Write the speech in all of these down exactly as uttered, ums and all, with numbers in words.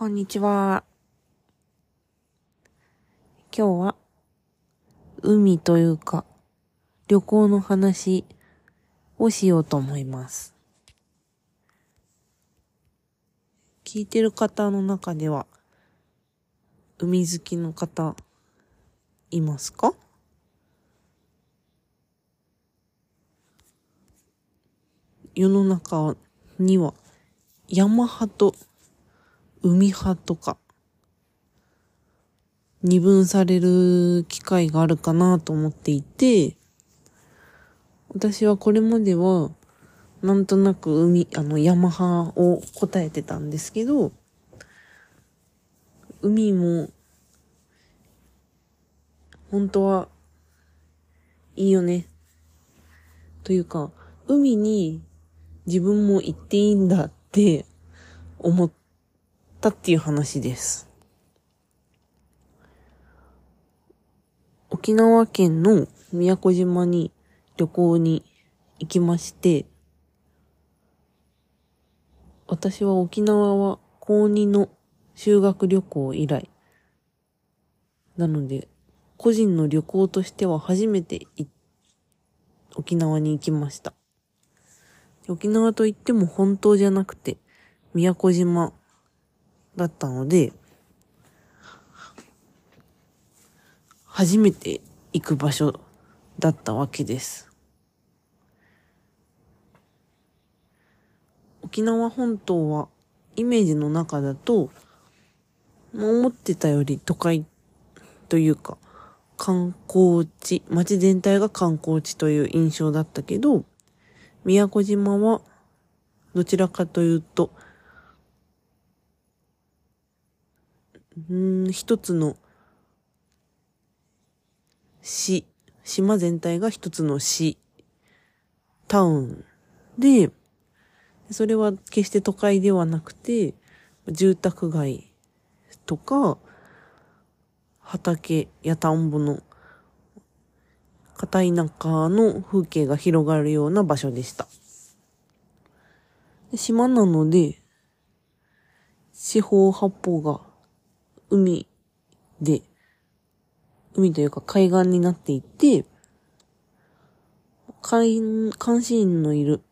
こんにちは。今日は海というか旅行の話をしようと思います。聞いてる方の中では海好きの方いますか？世の中には山派と海派とか二分される機会があるかなと思っていて、私はこれまではなんとなく海、あの山派を答えてたんですけど、海も本当はいいよね。というか、海に自分も行っていいんだって思ったっていう話です。沖縄県の宮古島に旅行に行きまして、私は沖縄は高にの修学旅行以来。なので、個人の旅行としては初めて沖縄に行きました。沖縄といっても本島じゃなくて宮古島だったので、初めて行く場所だったわけです。沖縄本島はイメージの中だと、思ってたより都会というか観光地、街全体が観光地という印象だったけど、宮古島はどちらかというと、うーん、一つの市、島全体が一つの市、タウンで、それは決して都会ではなくて、住宅街とか、畑や田んぼの片田舎の風景が広がるような場所でした。島なので、四方八方が海で、海というか海岸になっていて、監監視員のいる、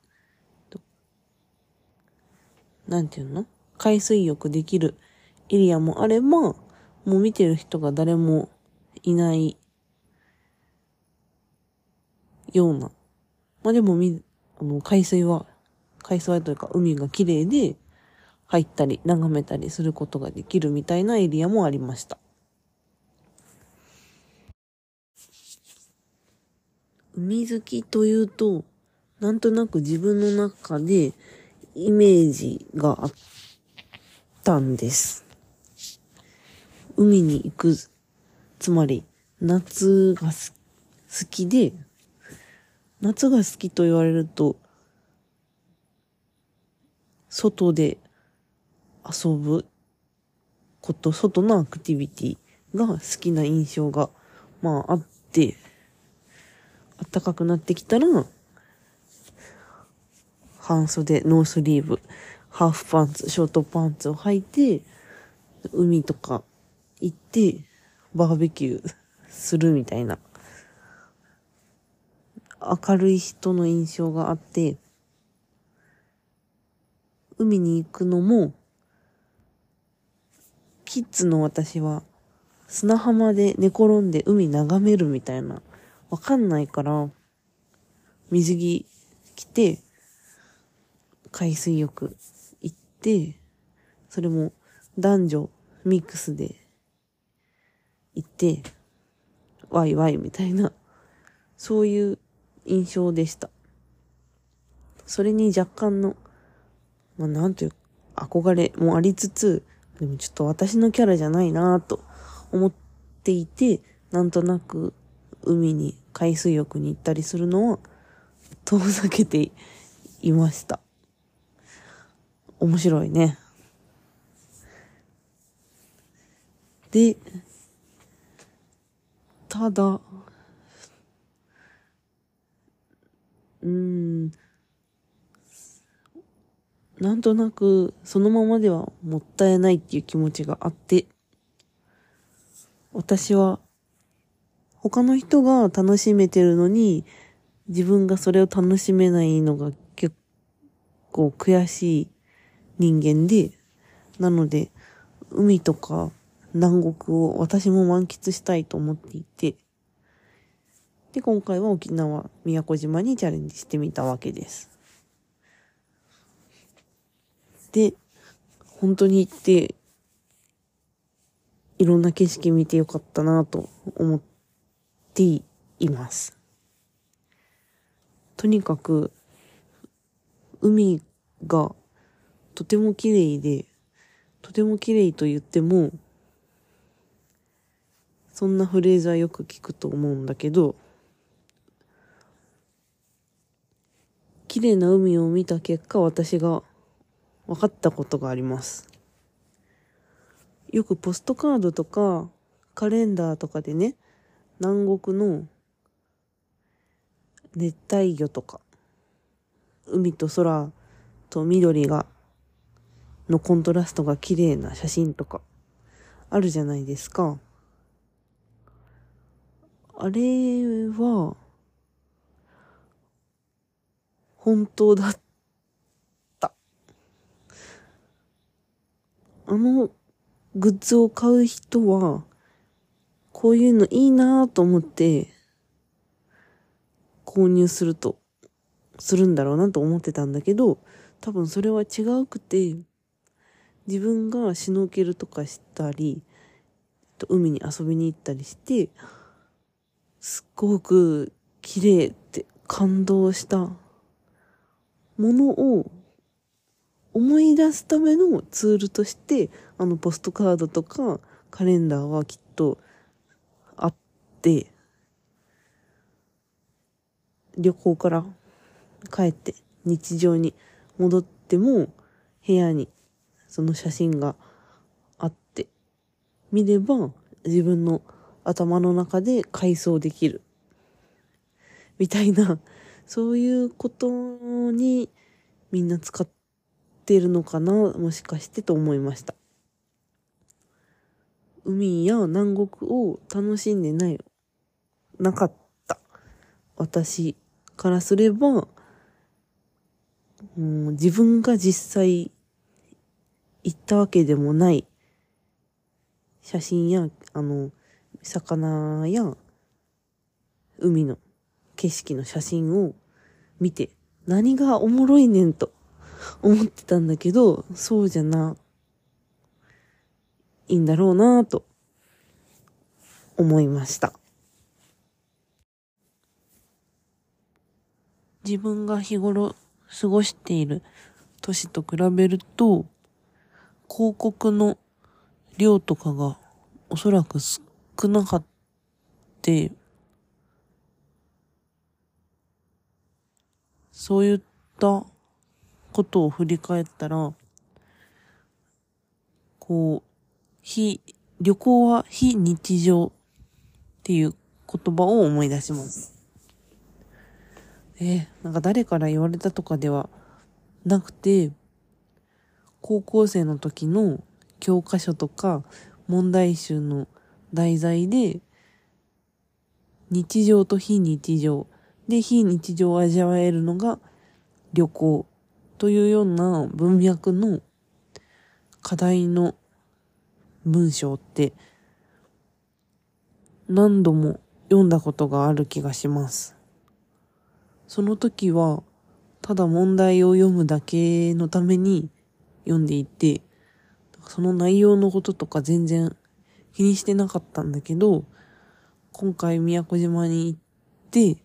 なんていうの？海水浴できるエリアもあれば、もう見てる人が誰もいないような。まあでもみ、あの、海水は、海水はというか海が綺麗で、入ったり眺めたりすることができるみたいなエリアもありました。海好きというと、なんとなく自分の中でイメージがあったんです。海に行く、つまり夏が好きで、夏が好きと言われると、外で遊ぶこと、外のアクティビティが好きな印象が、まああって、暖かくなってきたら、半袖、ノースリーブ、ハーフパンツ、ショートパンツを履いて、海とか行って、バーベキューするみたいな、明るい人の印象があって、海に行くのも、キッズの私は、砂浜で寝転んで海眺めるみたいな、わかんないから、水着着て、海水浴行って、それも男女ミックスで行って、ワイワイみたいな、そういう印象でした。それに若干の、まあ、なんという憧れもありつつ、でもちょっと私のキャラじゃないなぁと思っていて、なんとなく海に海水浴に行ったりするのは遠ざけていました。面白いね。で、ただ、うーん、 なんとなくそのままではもったいないっていう気持ちがあって、私は他の人が楽しめてるのに自分がそれを楽しめないのが結構悔しい人間で、なので海とか南国を私も満喫したいと思っていて、で今回は沖縄宮古島にチャレンジしてみたわけです。で本当に行っていろんな景色見てよかったなと思っています。とにかく海がとても綺麗で、とても綺麗と言ってもそんなフレーズはよく聞くと思うんだけど、綺麗な海を見た結果、私が分かったことがあります。よくポストカードとかカレンダーとかでね、南国の熱帯魚とか海と空と緑がのコントラストが綺麗な写真とかあるじゃないですか。あれは本当だった。あのグッズを買う人はこういうのいいなぁと思って購入するとするんだろうなと思ってたんだけど、多分それは違うくて、自分がシュノーケルとかしたり海に遊びに行ったりしてすっごく綺麗って感動したものを思い出すためのツールとして、あのポストカードとかカレンダーはきっとあって、旅行から帰って日常に戻っても部屋にその写真があって見れば自分の頭の中で回想できるみたいな、そういうことにみんな使ってるのかな、もしかしてと思いました。海や南国を楽しんでないなかった私からすれば、うん、自分が実際行ったわけでもない写真やあの魚や海の景色の写真を見て何がおもろいねんと思ってたんだけど、そうじゃないんだろうなと思いました。自分が日頃過ごしている年と比べると広告の量とかがおそらく少なかった。そういったことを振り返ったら、こう、非、旅行は非日常っていう言葉を思い出します。えー、なんか誰から言われたとかではなくて、高校生の時の教科書とか問題集の題材で、日常と非日常で非日常を味わえるのが旅行というような文脈の課題の文章って何度も読んだことがある気がします。その時はただ問題を読むだけのために読んでいて、その内容のこととか全然気にしてなかったんだけど、今回宮古島に行って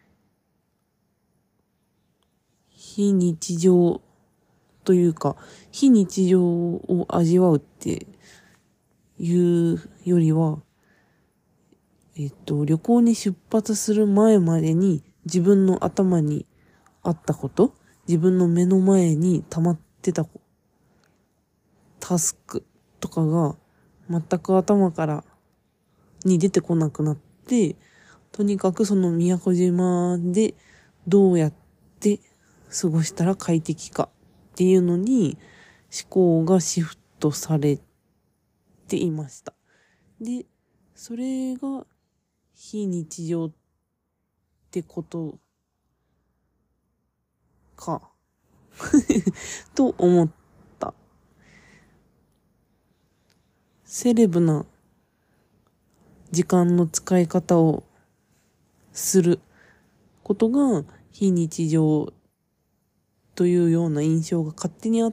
非日常というか非日常を味わうっていうよりは、えっと旅行に出発する前までに自分の頭にあったこと、自分の目の前に溜まってたタスクとかが全く頭からに出てこなくなって、とにかくその宮古島でどうやって過ごしたら快適かっていうのに思考がシフトされていました。で、それが非日常ってことかと思った。セレブな時間の使い方をすることが非日常というような印象が勝手にあって、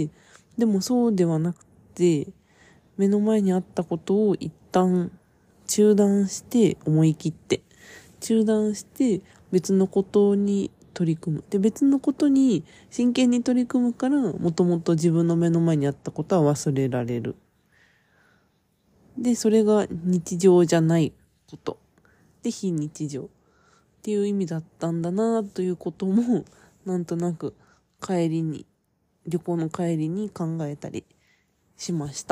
でもそうではなくて、目の前にあったことを一旦中断して、思い切って中断して別のことに取り組む。で、別のことに真剣に取り組むから、もともと自分の目の前にあったことは忘れられる。で、それが日常じゃないこと。で、非日常っていう意味だったんだなということも、なんとなく帰りに、旅行の帰りに考えたりしました。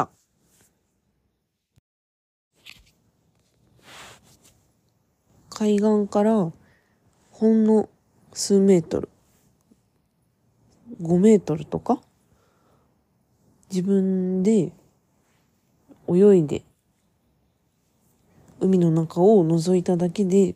海岸からほんの数メートル、ごメートルとか、自分で泳いで海の中を覗いただけで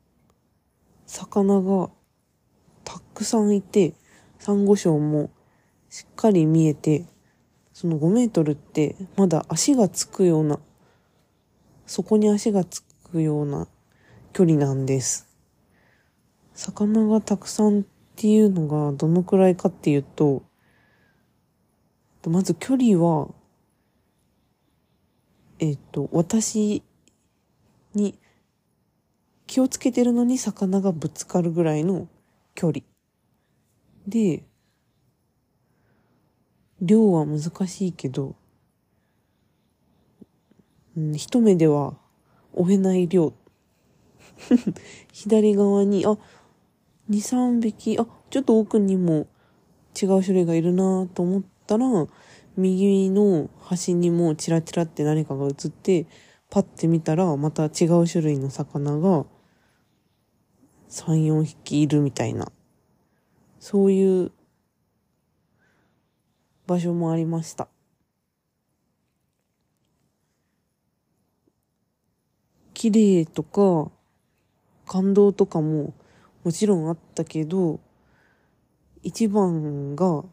魚がたくさんいて、サンゴ礁もしっかり見えて、そのごメートルってまだ足がつくような、そこに足がつくような距離なんです。魚がたくさんっていうのがどのくらいかっていうと、まず距離は、えっと、私に気をつけてるのに魚がぶつかるぐらいの距離。で、量は難しいけど、うん、一目では追えない量。左側に、あ、に、さんびき、あ、ちょっと奥にも違う種類がいるなと思ったら、右の端にもチラチラって何かが映って、パッて見たらまた違う種類の魚がさん、よんひきいるみたいな、そういう場所もありました。綺麗とか感動とかももちろんあったけど、一番が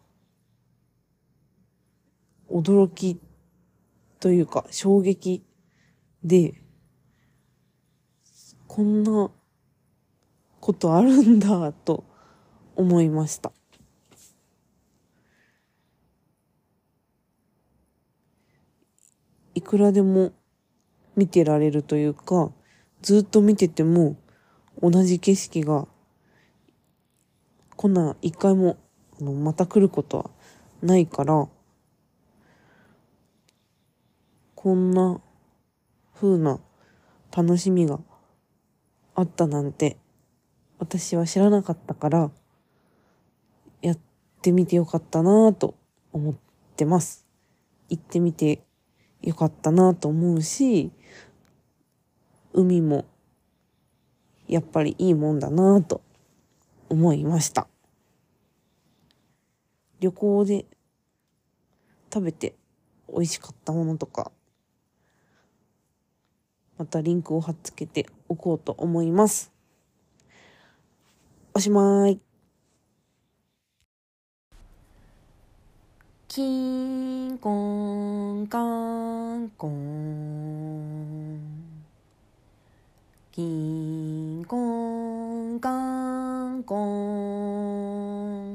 驚きというか衝撃で、こんなことあるんだと思いました。いくらでも見てられるというか、ずっと見てても同じ景色がこんな一回もあのまた来ることはないから、こんな風な楽しみがあったなんて私は知らなかったから、やってみてよかったなぁと思ってます。行ってみてよかったなと思うし、海もやっぱりいいもんだなと思いました。旅行で食べて美味しかったものとか、またリンクを貼っつけておこうと思います。おしまい。キンコンカンコン、キンコンカンコン。